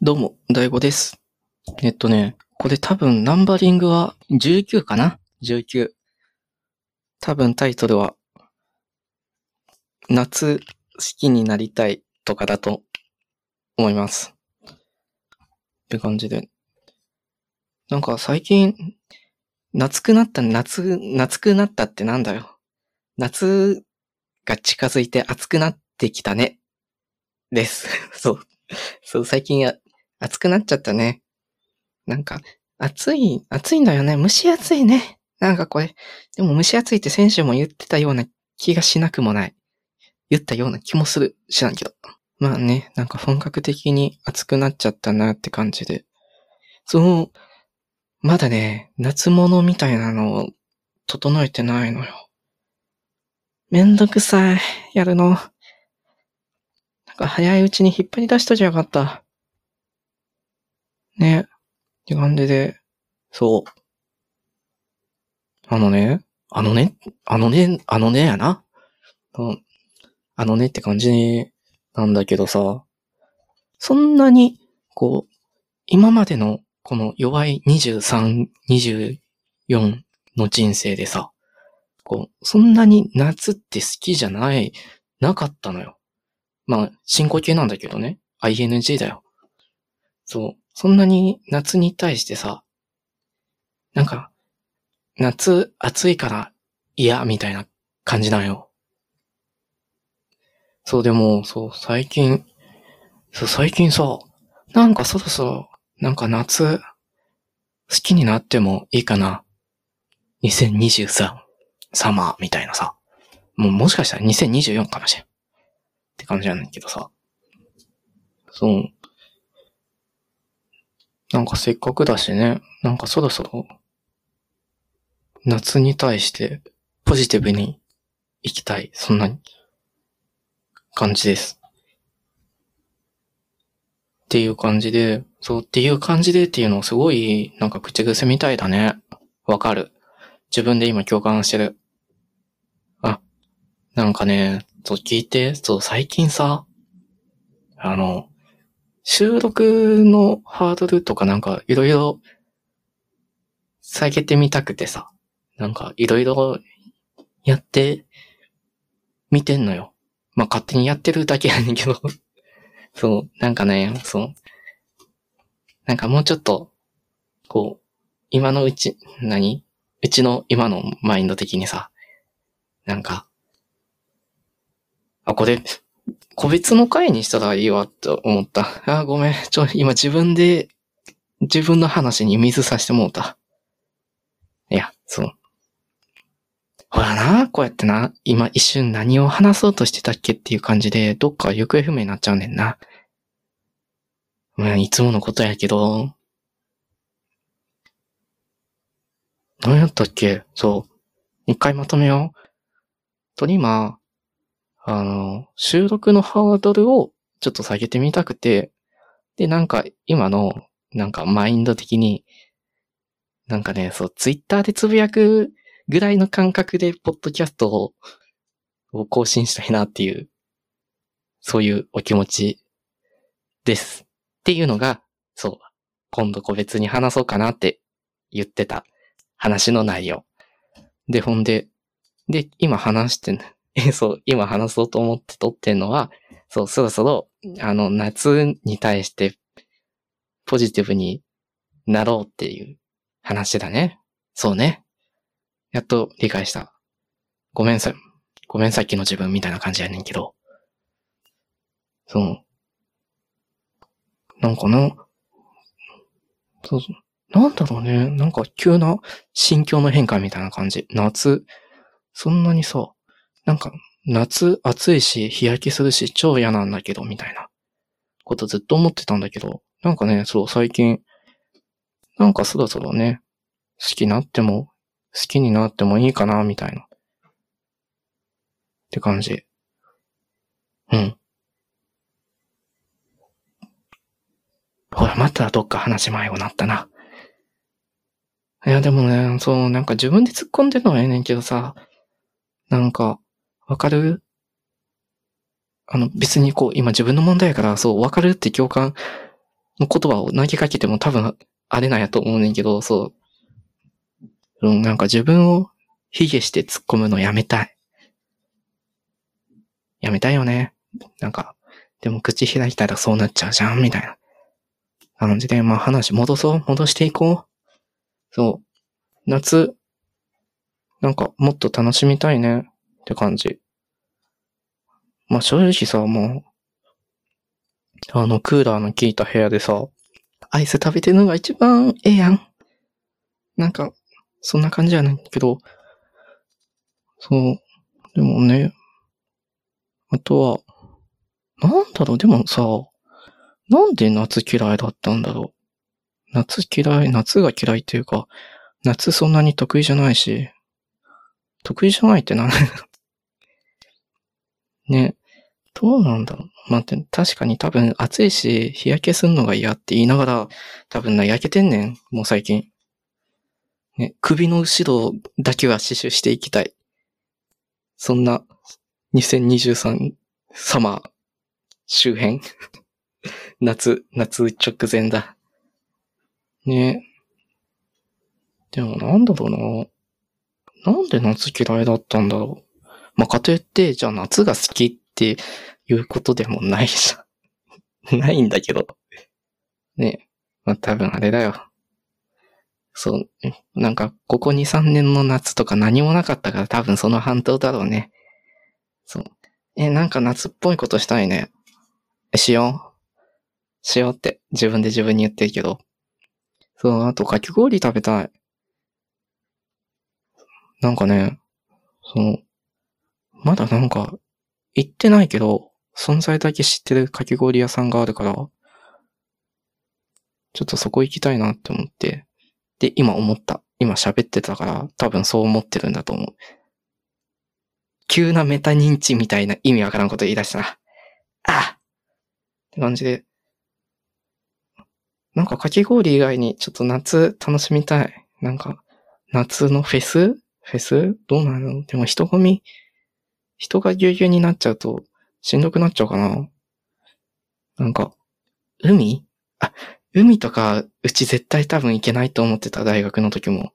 どうも、大悟です。これ多分ナンバリングは19かな ?19。多分タイトルは、夏好きになりたいとかだと思います。って感じで。なんか最近、夏くなったってなんだよ。夏が近づいて暑くなってきたね。です。そう、最近暑くなっちゃったね。なんか、暑いんだよね。蒸し暑いね。なんかこれ、でも蒸し暑いって先週も言ってたような気がしなくもない。言ったような気もする。知らんけど。まあね、なんか本格的に暑くなっちゃったなって感じで。まだね、夏物みたいなのを整えてないのよ。めんどくさい。やるの。なんか早いうちに引っ張り出しときゃよかった。ね。って感じで、そう。やな。って感じなんだけどさ、そんなに、今までのこの弱い23、24の人生でさ、そんなに夏って好きじゃなかったのよ。まあ、進行形なんだけどね。ING だよ。そんなに夏に対してさ、なんか、夏暑いから嫌みたいな感じなんよ。でも、最近さ、なんかそろそろ、なんか夏、好きになってもいいかな。2023、サマーみたいなさ。もしかしたら2024かもしれん。って感じなんだけどさ。なんかせっかくだしね、なんかそろそろ、夏に対してポジティブに行きたい。そんな感じです。っていう感じで、っていうのをすごい、なんか口癖みたいだね。わかる。自分で今共感してる。なんかね、聞いて、最近さ、収録のハードルとかなんかいろいろ下げてみたくてさ、なんかいろいろやってみてんのよ。まあ、勝手にやってるだけやねんけど。なんかね、なんかもうちょっと、今のうち、うちの今のマインド的にさ、なんか、これ、個別の回にしたらいいわって思った。ごめん。今自分の話に水さしてもうた。いや、ほらな、こうやってな、今一瞬何を話そうとしてたっけっていう感じで、どっか行方不明になっちゃうねんな。いつものことやけど、何やったっけ一回まとめよう。今、収録のハードルをちょっと下げてみたくて、で、なんか今の、なんかマインド的に、なんかね、ツイッターでつぶやくぐらいの感覚で、ポッドキャストを更新したいなっていう、そういうお気持ちです。っていうのが、今度個別に話そうかなって言ってた話の内容。で、今話してん、今話そうと思って撮ってんのは、そろそろ、夏に対してポジティブになろうっていう話だね。そうね。やっと理解した。ごめんさっきの自分みたいな感じやねんけど。なんかな、なんだろうね。なんか急な心境の変化みたいな感じ。夏、そんなにさ、なんか夏暑いし日焼けするし超嫌なんだけどみたいなことずっと思ってたんだけど、なんかね、最近、なんかそろそろね、好きになってもいいかなみたいな。って感じ。うん。ほら、またどっか話迷子なったな。いや、でもね、なんか自分で突っ込んでるのはええねんけどさ、なんか、わかる？別に今自分の問題やから、わかるって共感言葉を投げかけても多分、あれなんやと思うねんけど、そう。なんか自分を卑下して突っ込むのやめたい。やめたいよね。なんか、でも口開いたらそうなっちゃうじゃん、みたいな感じで、まあ話戻していこう。そう。夏、なんかもっと楽しみたいねって感じ。まあ正直さ、もう、クーラーの効いた部屋でさ、アイス食べてるのが一番ええやん。なんか、そんな感じやねんけど、そう。でもね、あとは、なんだろう、でもさ、なんで夏嫌いだったんだろう。夏が嫌いっていうか、夏そんなに得意じゃないし、得意じゃないってね、どうなんだろう。待って、確かに多分暑いし、日焼けすんのが嫌って言いながら、多分焼けてんねん、もう最近。ね、首の後ろだけは刺繍していきたい。そんな、2023サマー周辺夏直前だ。ね。でもなんだろうな。なんで夏嫌いだったんだろう。まあ、かといって、じゃあ夏が好きっていうことでもないじゃん。ないんだけど。ね。まあ、多分あれだよ。そう。なんか、ここ2、3年の夏とか何もなかったから多分その反動だろうね。そう。なんか夏っぽいことしたいね。しようって自分で自分に言ってるけど。そう、あとかき氷食べたい。なんかね、そう、まだなんか、行ってないけど、存在だけ知ってるかき氷屋さんがあるから、ちょっとそこ行きたいなって思って。で、今思った。今喋ってたから、多分そう思ってるんだと思う。急なメタ認知みたいな意味わからんこと言い出したな。あって感じで。なんかかき氷以外にちょっと夏楽しみたい。なんか、夏のフェスどうなの？でも人がぎゅうぎゅうになっちゃうとしんどくなっちゃうかな。なんか、海あ、海とか、うち絶対多分行けないと思ってた、大学の時も。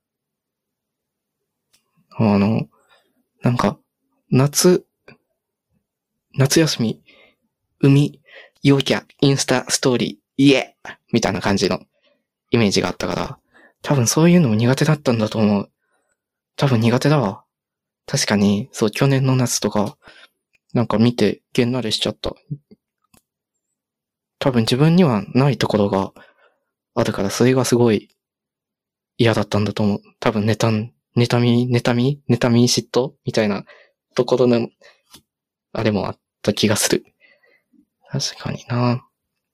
なんか、夏休み、海、陽キャ、インスタ、ストーリー、イエーみたいな感じのイメージがあったから、多分そういうのも苦手だったんだと思う。多分苦手だわ。確かに、そう、去年の夏とか、なんか見て、げんなりしちゃった。多分自分にはないところがあるから、それがすごい嫌だったんだと思う。多分妬み嫉妬みたいなところの、あれもあった気がする。確かにな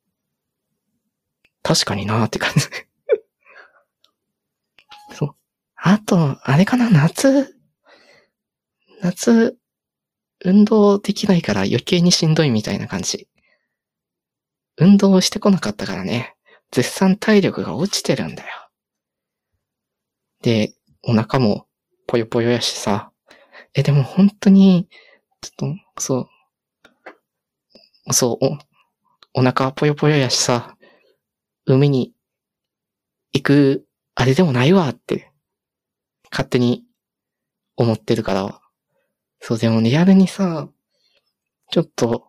って感じ。そう。あと、あれかな、夏、運動できないから余計にしんどいみたいな感じ。運動をしてこなかったからね。絶賛体力が落ちてるんだよ。で、お腹もぽよぽよやしさ。でも本当に、ちょっと、お腹ぽよぽよやしさ、海に行く、あれでもないわって、勝手に思ってるから。そう、でもリアルにさ、ちょっと、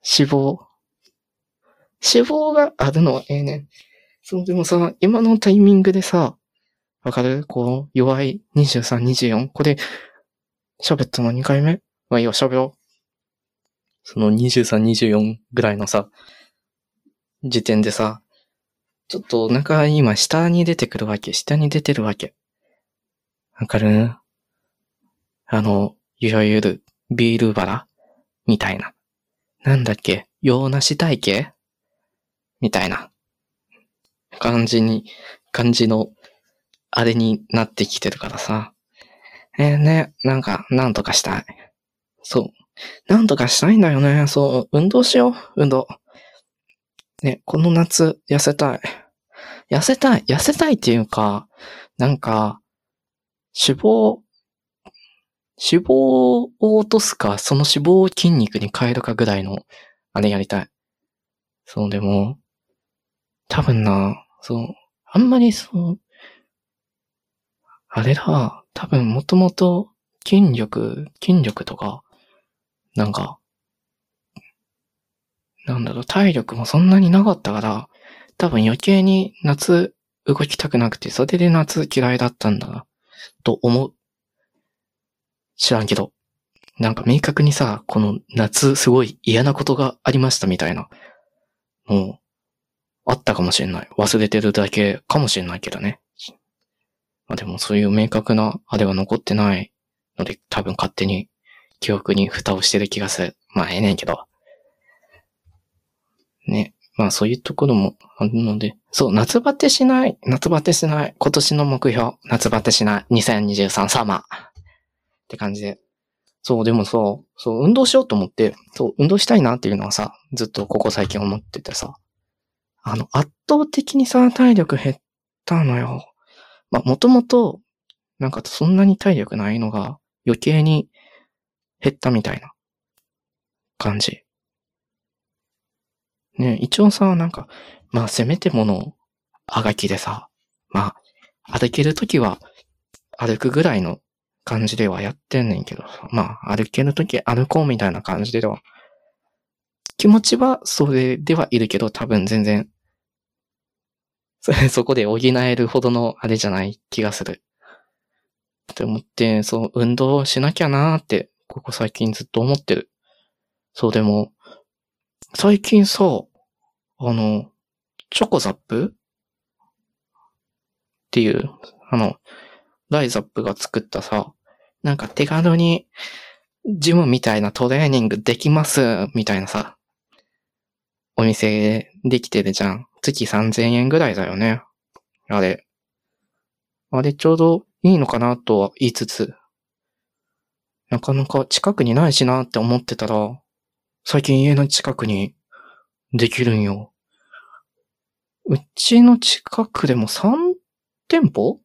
脂肪があるのはええねん。そう、でもさ、今のタイミングでさ、わかる弱い23、24。これ、喋ったの2回目？まあいいわ、喋ろう。その23、24ぐらいのさ、時点でさ、ちょっとお腹今下に出てるわけ。わかる？いわゆるビールバラみたいな。なんだっけ？洋梨体型みたいな感じの、あれになってきてるからさ。なんとかしたい。そう。なんとかしたいんだよね。そう、運動しよう、運動。ね、この夏、痩せたい。痩せたいっていうか、なんか、脂肪を落とすか、その脂肪を筋肉に変えるかぐらいの、あれやりたい。そう、でも、 多分な、あんまりあれだ、多分もともと筋力とか、なんか、体力もそんなになかったから、多分余計に夏動きたくなくて、それで夏嫌いだったんだな、と思う。知らんけど。なんか明確にさ、この夏すごい嫌なことがありましたみたいな、もう、あったかもしれない。忘れてるだけかもしれないけどね。まあでもそういう明確なあれは残ってないので、多分勝手に記憶に蓋をしてる気がする。まあええねんけど。ね。まあそういうところもあるので。そう、夏バテしない。今年の目標。夏バテしない。2023サマー。って感じで。そう、でもそう、運動しようと思って、そう、運動したいなっていうのはさ、ずっとここ最近思っててさ、圧倒的にさ、体力減ったのよ。まあ、もともと、なんかそんなに体力ないのが余計に減ったみたいな感じ。ね、一応さ、なんか、まあせめてものあがきでさ、まあ、歩けるときは歩くぐらいの感じではやってんねんけど、まあ、歩けるとき歩こうみたいな感じでは、気持ちはそれではいるけど、多分全然、そこで補えるほどのあれじゃない気がする。って思って、そう、運動しなきゃなーって、ここ最近ずっと思ってる。そう、でも、最近さ、チョコザップっていう、ライザップが作ったさ、なんか手軽にジムみたいなトレーニングできます、みたいなさ、お店できてるじゃん。月3000円ぐらいだよね。あれ。あれちょうどいいのかなとは言いつつ、なかなか近くにないしなって思ってたら、最近家の近くにできるんよ。うちの近くでも3店舗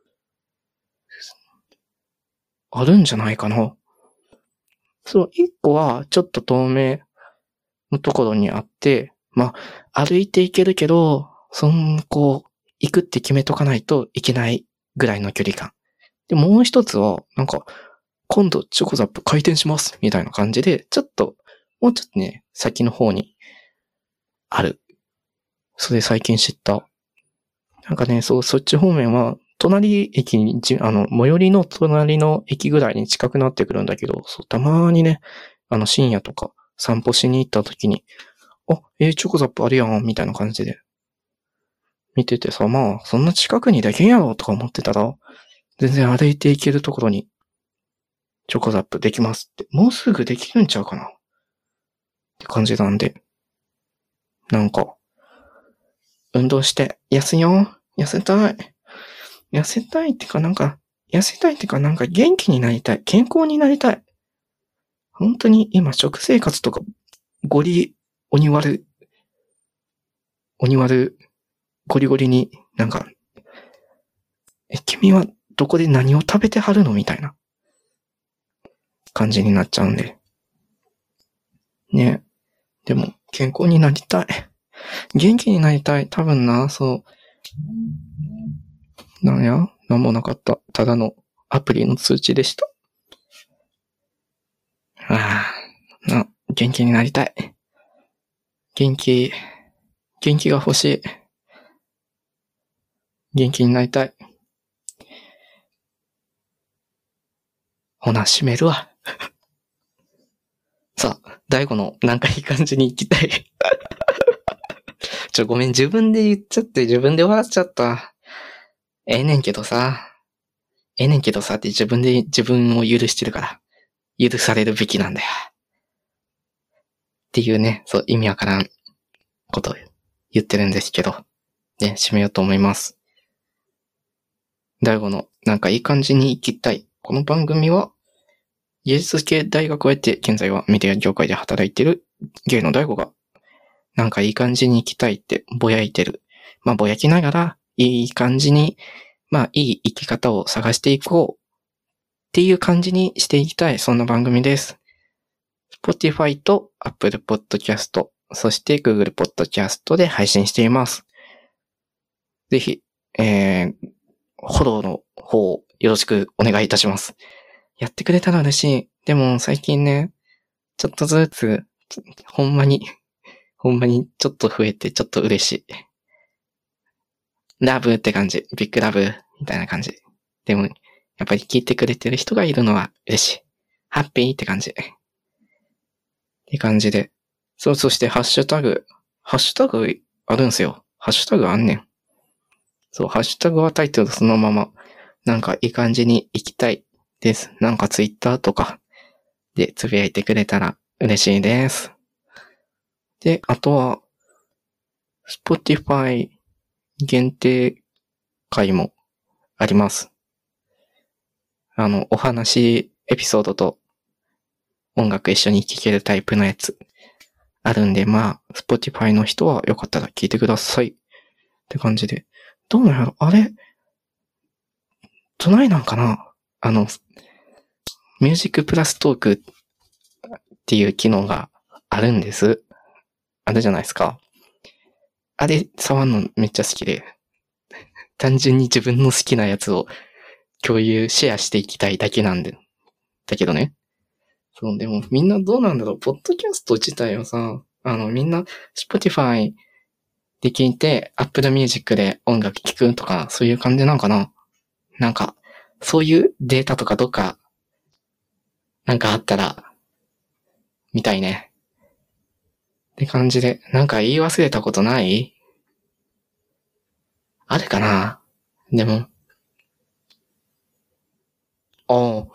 あるんじゃないかな。そう、1個はちょっと遠めのところにあって、まあ、歩いて行けるけど、行くって決めとかないといけないぐらいの距離感。で、もう一つは、なんか、今度チョコザップ開店します、みたいな感じで、もうちょっとね、先の方にある。それ最近知った。なんかね、そっち方面は、隣駅に、最寄りの隣の駅ぐらいに近くなってくるんだけど、そう、たまにね、深夜とか散歩しに行った時に、チョコザップあるやん、みたいな感じで。見ててさ、まあ、そんな近くにできんやろ、とか思ってたら、全然歩いて行けるところに、チョコザップできますって、もうすぐできるんちゃうかなって感じなんで、なんか、運動して痩せよう。痩せたい。痩せたいってかなんか元気になりたい。健康になりたい。本当に今食生活とか鬼悪、ゴリゴリになんか、君はどこで何を食べてはるのみたいな感じになっちゃうんで。ね。でも健康になりたい。元気になりたい。多分な、なんもなかった。ただのアプリの通知でした。元気になりたい。元気が欲しい。元気になりたい。ほな、閉めるわ。さあ、大悟のなんかいい感じに行きたい。ごめん、自分で言っちゃって、自分で笑っちゃった。ええねんけどさって自分で自分を許してるから。許されるべきなんだよ。っていうね、そう、意味わからんことを言ってるんですけど。ね、締めようと思います。大悟のなんかいい感じに行きたい。この番組は、芸術系大学を経て、現在はメディア業界で働いている芸の大悟が、なんかいい感じに行きたいってぼやいてる。まあぼやきながら、いい感じに、まあいい生き方を探していこうっていう感じにしていきたい、そんな番組です。Spotify と Apple Podcast、そして Google Podcast で配信しています。 ぜひ、フォローの方よろしくお願いいたします。やってくれたら嬉しい。でも最近ね、ちょっとずつ、ほんまにちょっと増えてちょっと嬉しい。ラブって感じ。ビッグラブみたいな感じ。でも、やっぱり聞いてくれてる人がいるのは嬉しい。ハッピーって感じ。って感じで。そう、そしてハッシュタグあるんすよ。ハッシュタグあんねん。そう、ハッシュタグはタイトルそのまま、なんかいい感じに行きたいです。なんかツイッターとかでつぶやいてくれたら嬉しいです。で、あとは、Spotify 限定会もあります。お話エピソードと音楽一緒に聴けるタイプのやつあるんで、まあ、Spotify の人はよかったら聞いてください。って感じで。どうなんやろあれどないなんかなミュージックプラストークっていう機能があるんです。あるじゃないですか。あれ触るのめっちゃ好きで。単純に自分の好きなやつを共有、シェアしていきたいだけなんで。だけどね。そう、でもみんなどうなんだろう。ポッドキャスト自体はさ、みんな Spotify で聞いて Apple Music で音楽聴くとか、そういう感じなんかな。なんか、そういうデータとかどっか、なんかあったら、みたいね。って感じで、なんか言い忘れたことないあるかなでも、ああ、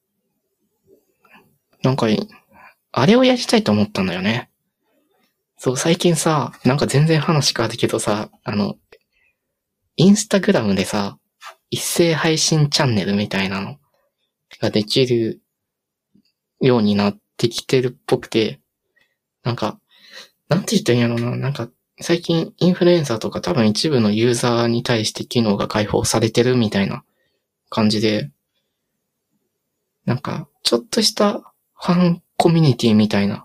なんか、あれをやりたいと思ったんだよね。そう、最近さ、なんか全然話変わるけどさ、インスタグラムでさ、一斉配信チャンネルみたいなのができるようになってきてるっぽくて、なんか、なんて言ったらいいんやろな、なんか、最近インフルエンサーとか多分一部のユーザーに対して機能が開放されてるみたいな感じで、なんか、ちょっとしたファンコミュニティみたいな、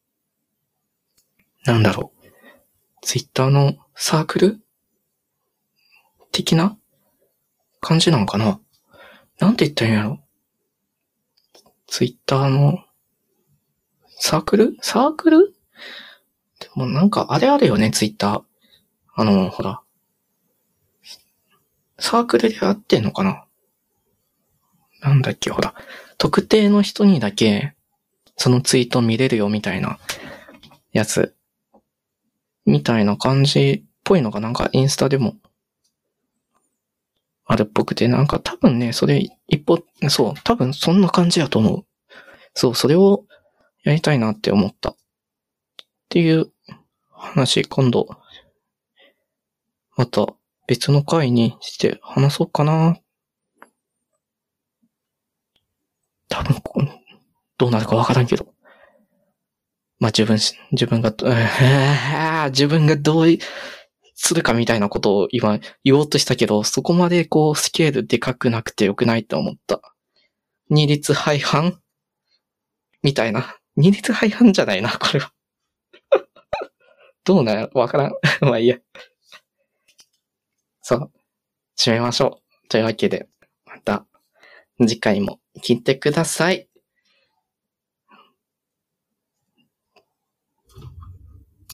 なんだろう、ツイッターのサークル的な感じなのかななんて言ったらいいんやろツイッターのサークルでもなんかあれあるよね、ツイッター。ほら。サークルであってんのかななんだっけ、ほら。特定の人にだけ、そのツイート見れるよみたいなやつ。みたいな感じっぽいのがなんかインスタでもあるっぽくて、なんか多分ね、それそう、多分そんな感じやと思う。そう、それをやりたいなって思った。っていう話、今度、また別の回にして話そうかな。多分、どうなるかわからんけど。まあ、自分がどうするかみたいなことを今言おうとしたけど、そこまでこうスケールでかくなくてよくないと思った。二律背反みたいな。二律背反じゃないな、これは。どうなんやわからん。まあいいや。そう。締めましょう。というわけで、また次回も聞いてください。